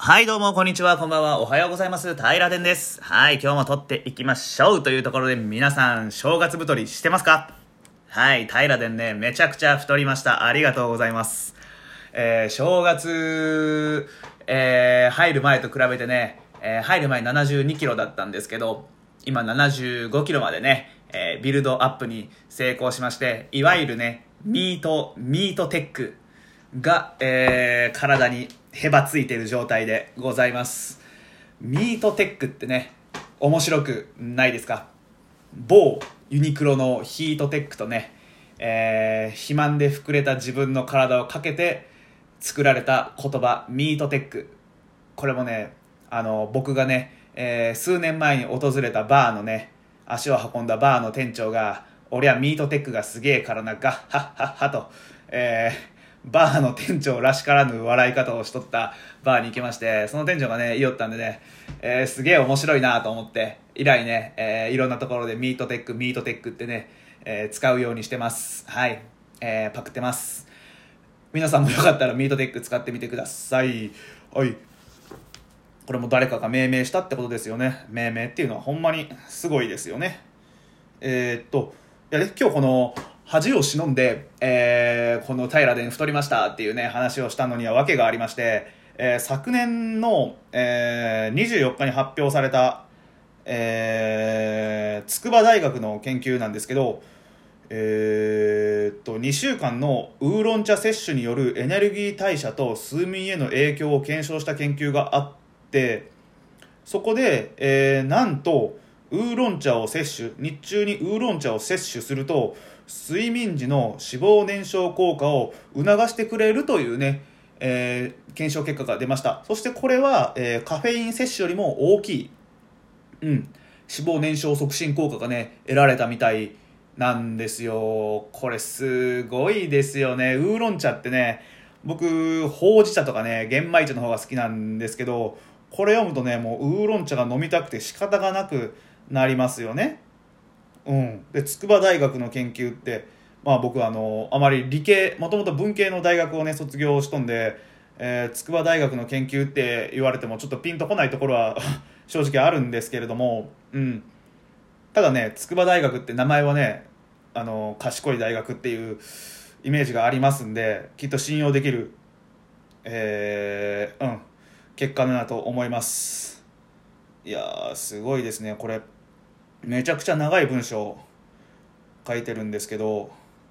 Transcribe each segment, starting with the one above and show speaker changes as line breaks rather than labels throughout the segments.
はいどうもこんにちは、こんばんは、おはようございます。平田です。はい、今日も撮っていきましょうというところで、皆さん正月太りしてますか？はい、平田ね、めちゃくちゃ太りました。ありがとうございます。正月、入る前と比べてね、入る前72キロだったんですけど、今75キロまでね、ビルドアップに成功しまして、いわゆるね、ミートテックが、体にへばついている状態でございます。ミートテックってね、面白くないですか？某ユニクロのヒートテックとね、肥満で膨れた自分の体をかけて作られた言葉、ミートテック。これもね、僕がね、数年前に訪れたバーのね、足を運んだバーの店長が、俺はミートテックがすげえからな、ガッハッハッハと、バーの店長らしからぬ笑い方をしとったバーに行きまして、その店長がね、言いよったんでね、すげえ面白いなと思って、以来ね、いろんなところでミートテックってね、使うようにしてます。はい。パクってます。皆さんもよかったらミートテック使ってみてください。はい。これも誰かが命名したってことですよね。命名っていうのはほんまにすごいですよね。いやね、今日この恥を忍んで、この平で太りましたっていうね話をしたのには訳がありまして、昨年の、24日に発表された、筑波大学の研究なんですけど、2週間のウーロン茶摂取によるエネルギー代謝と睡眠への影響を検証した研究があって、そこで、なんとウーロン茶を摂取、日中にウーロン茶を摂取すると睡眠時の脂肪燃焼効果を促してくれるというね、検証結果が出ました。そしてこれは、カフェイン摂取よりも大きい、脂肪燃焼促進効果がね得られたみたいなんですよ。これすごいですよね。ウーロン茶ってね、僕ほうじ茶とかね玄米茶の方が好きなんですけど、これ読むとね、もうウーロン茶が飲みたくて仕方がなくなりますよね。で筑波大学の研究って、僕はあまり理系、もともと文系の大学をね卒業しとんで、筑波大学の研究って言われてもちょっとピンとこないところは正直あるんですけれども、ただね、筑波大学って名前はね、賢い大学っていうイメージがありますんで、きっと信用できる、結果だなと思います。いやー、すごいですね。これめちゃくちゃ長い文章書いてるんですけど、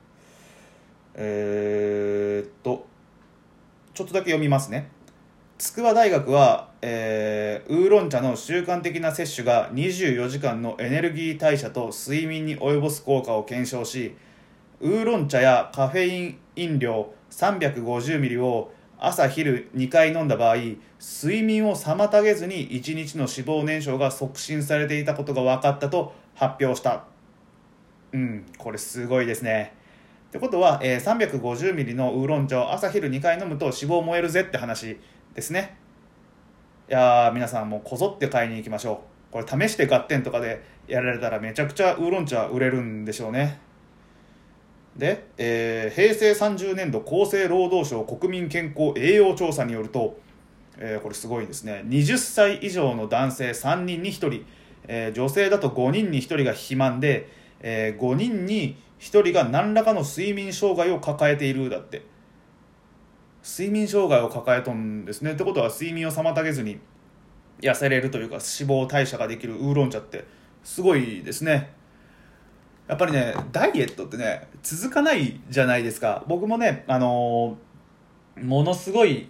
ちょっとだけ読みますね。筑波大学は、ウーロン茶の習慣的な摂取が24時間のエネルギー代謝と睡眠に及ぼす効果を検証し、ウーロン茶やカフェイン飲料 350ml を朝昼2回飲んだ場合、睡眠を妨げずに1日の脂肪燃焼が促進されていたことが分かったと発表した。これすごいですね。ってことは、350ml のウーロン茶を朝昼2回飲むと脂肪燃えるぜって話ですね。いやー、皆さんもこぞって買いに行きましょう。これ試してガッテンとかでやられたらめちゃくちゃウーロン茶売れるんでしょうね。で、平成30年度厚生労働省国民健康栄養調査によると、これすごいですね。20歳以上の男性3人に1人、女性だと5人に1人が肥満で、5人に1人が何らかの睡眠障害を抱えているだって。睡眠障害を抱えとんですね。ってことは睡眠を妨げずに痩せれるというか脂肪代謝ができるウーロン茶ってすごいですね。やっぱりね、ダイエットってね続かないじゃないですか。僕もね、ものすごい、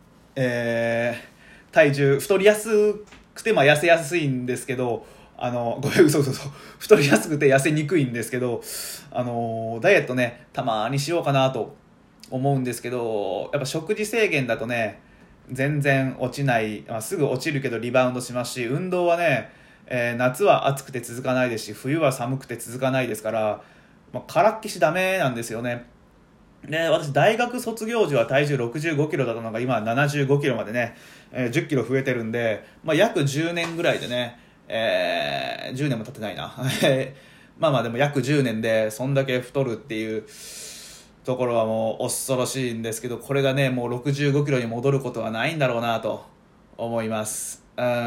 体重太りやすくて、痩せやすいんですけど、ごめん、そう太りやすくて痩せにくいんですけど、ダイエットねたまにしようかなと思うんですけど、やっぱ食事制限だとね全然落ちない、すぐ落ちるけどリバウンドしますし、運動はね、夏は暑くて続かないですし、冬は寒くて続かないですから、からっきしダメなんですよね。で、私大学卒業時は体重65キロだったのが今75キロまでね、10キロ増えてるんで、約10年ぐらいでね、10年も経ってないなでも約10年でそんだけ太るっていうところはもう恐ろしいんですけど、これがねもう65キロに戻ることはないんだろうなと思います。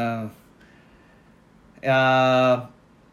いや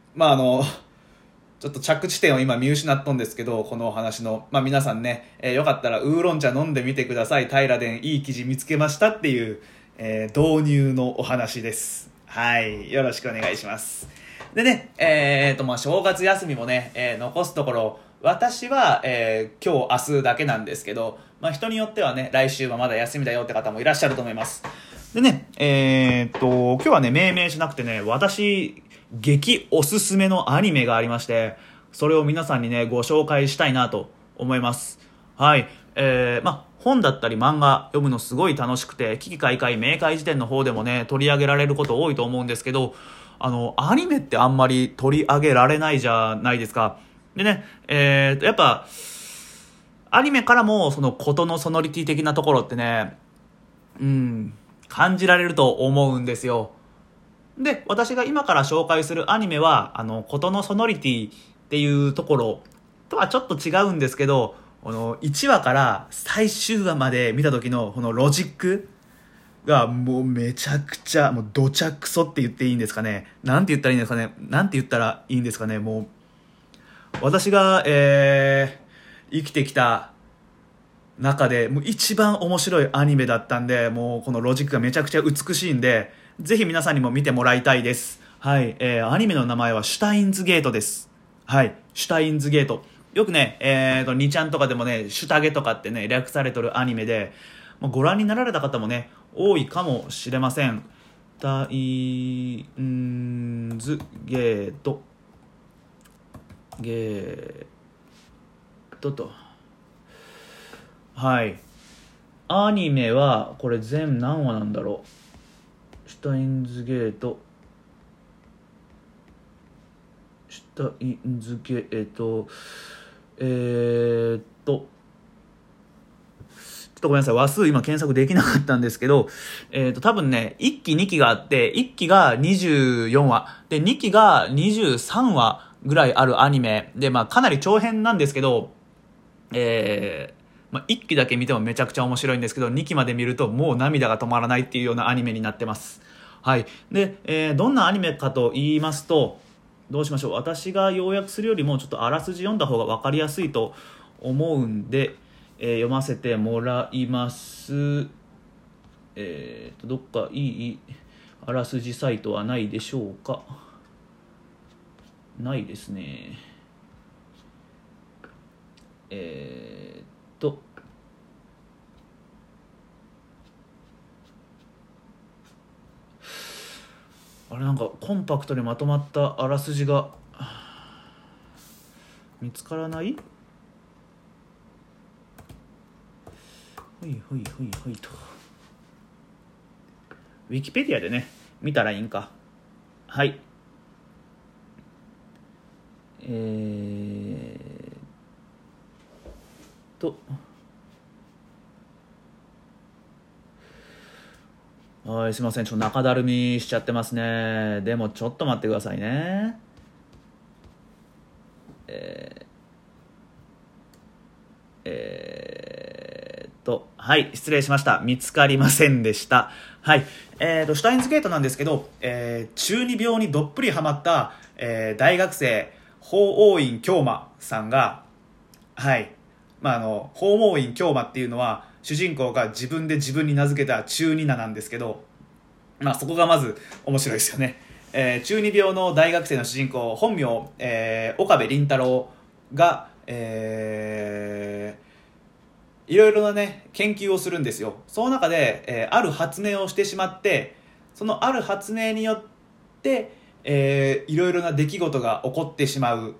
ちょっと着地点を今見失っとんですけど、このお話の。皆さんね、よかったらウーロン茶飲んでみてください。平殿いい記事見つけましたっていう、導入のお話です。はい。よろしくお願いします。でね、正月休みもね、残すところ、私は、今日明日だけなんですけど、人によってはね、来週はまだ休みだよって方もいらっしゃると思います。でね、今日はね、命名しなくてね、私、激おすすめのアニメがありまして、それを皆さんにね、ご紹介したいなと思います。はい。本だったり漫画読むのすごい楽しくて、危機開会明快辞典の方でもね、取り上げられること多いと思うんですけど、アニメってあんまり取り上げられないじゃないですか。でね、やっぱ、アニメからもその事のソノリティ的なところってね、感じられると思うんですよ。で、私が今から紹介するアニメは、事のソノリティっていうところとはちょっと違うんですけど、1話から最終話まで見た時のこのロジックがもうめちゃくちゃ、もうどちゃくそって言っていいんですかね。なんて言ったらいいんですかね。なんて言ったらいいんですかね。もう、私が、生きてきた中でもう一番面白いアニメだったんで、もうこのロジックがめちゃくちゃ美しいんで、ぜひ皆さんにも見てもらいたいです。はい、アニメの名前はシュタインズゲートです。はい、シュタインズゲート。よくね、2ちゃんとかでもね、シュタゲとかってね、略されとるアニメで、ご覧になられた方もね、多いかもしれません。タインズゲート。ゲートと。はい。アニメは、これ全何話なんだろう。シュタインズゲート。シュタインズゲート。ちょっとごめんなさい。話数今検索できなかったんですけど、多分ね、1期2期があって、1期が24話。で、2期が23話ぐらいあるアニメ。で、かなり長編なんですけど、1期だけ見てもめちゃくちゃ面白いんですけど、2期まで見るともう涙が止まらないっていうようなアニメになってます。はい。で、どんなアニメかと言いますと、どうしましょう。私が要約するよりもちょっとあらすじ読んだ方が分かりやすいと思うんで、読ませてもらいます。どっかいいあらすじサイトはないでしょうか。ないですね。あれなんかコンパクトにまとまったあらすじが見つからない？ほいほいほいほいと。ウィキペディアでね、見たらいいんか。はい。はい、すいません。ちょっと中だるみしちゃってますね。でもちょっと待ってくださいね。はい、失礼しました。見つかりませんでした。はい。シュタインズゲートなんですけど、中二病にどっぷりハマった、大学生、法王院京馬さんが、はい。法王院京馬っていうのは、主人公が自分で自分に名付けた中二名なんですけど、そこがまず面白いですよね。中二病の大学生の主人公、本名、岡部倫太郎が、いろいろなね、研究をするんですよ。その中で、ある発明をしてしまって、そのある発明によって、いろいろな出来事が起こってしまう、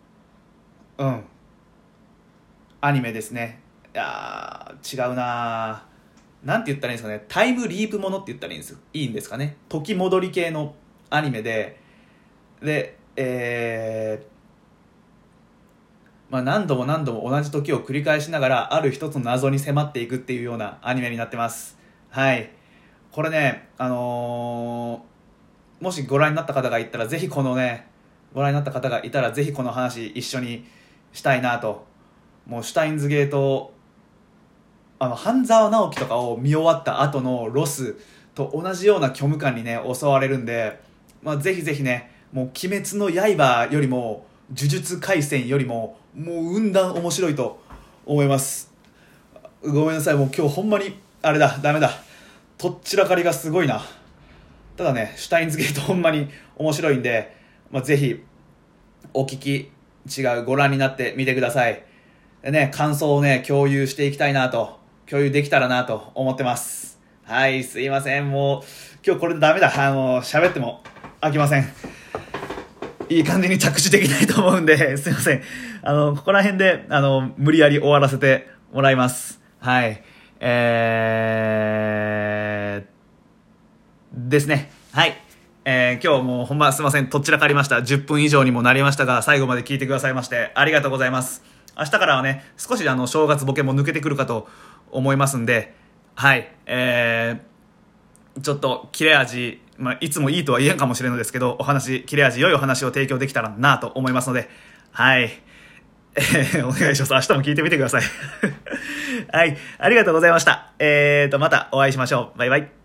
アニメですね。いやー、違うなー。なんて言ったらいいんですかね。タイムリープものって言ったらいいんですかね。時戻り系のアニメで、何度も何度も同じ時を繰り返しながらある一つの謎に迫っていくっていうようなアニメになってます。はい。これね、もしご覧になった方がいたらぜひこのね、ご覧になった方がいたらぜひこの話一緒にしたいなと。もうシュタインズゲート半沢直樹とかを見終わった後のロスと同じような虚無感にね襲われるんで、ぜひぜひね、もう鬼滅の刃よりも呪術廻戦よりももう雲断面白いと思います。ごめんなさい、もう今日ほんまにダメだ、とっちらかりがすごいな。ただね、シュタインズゲートほんまに面白いんで、ぜひお聞きご覧になってみてください。でね、感想をね共有していきたいなと、共有できたらなと思ってます。はい、すいません、もう今日これでダメだ、喋っても飽きません。いい感じに着地できないと思うんで、すいません。ここら辺で無理やり終わらせてもらいます。はい、ですね。はい。今日もうほんますいません、とっちらかりました。10分以上にもなりましたが、最後まで聞いてくださいましてありがとうございます。明日からはね、少し正月ボケも抜けてくるかと思いますんで、はい、ちょっと切れ味、いつもいいとは言えんかもしれないですけど、切れ味良いお話を提供できたらなと思いますので、はい、お願いします。明日も聞いてみてください。はい、ありがとうございました。またお会いしましょう。バイバイ。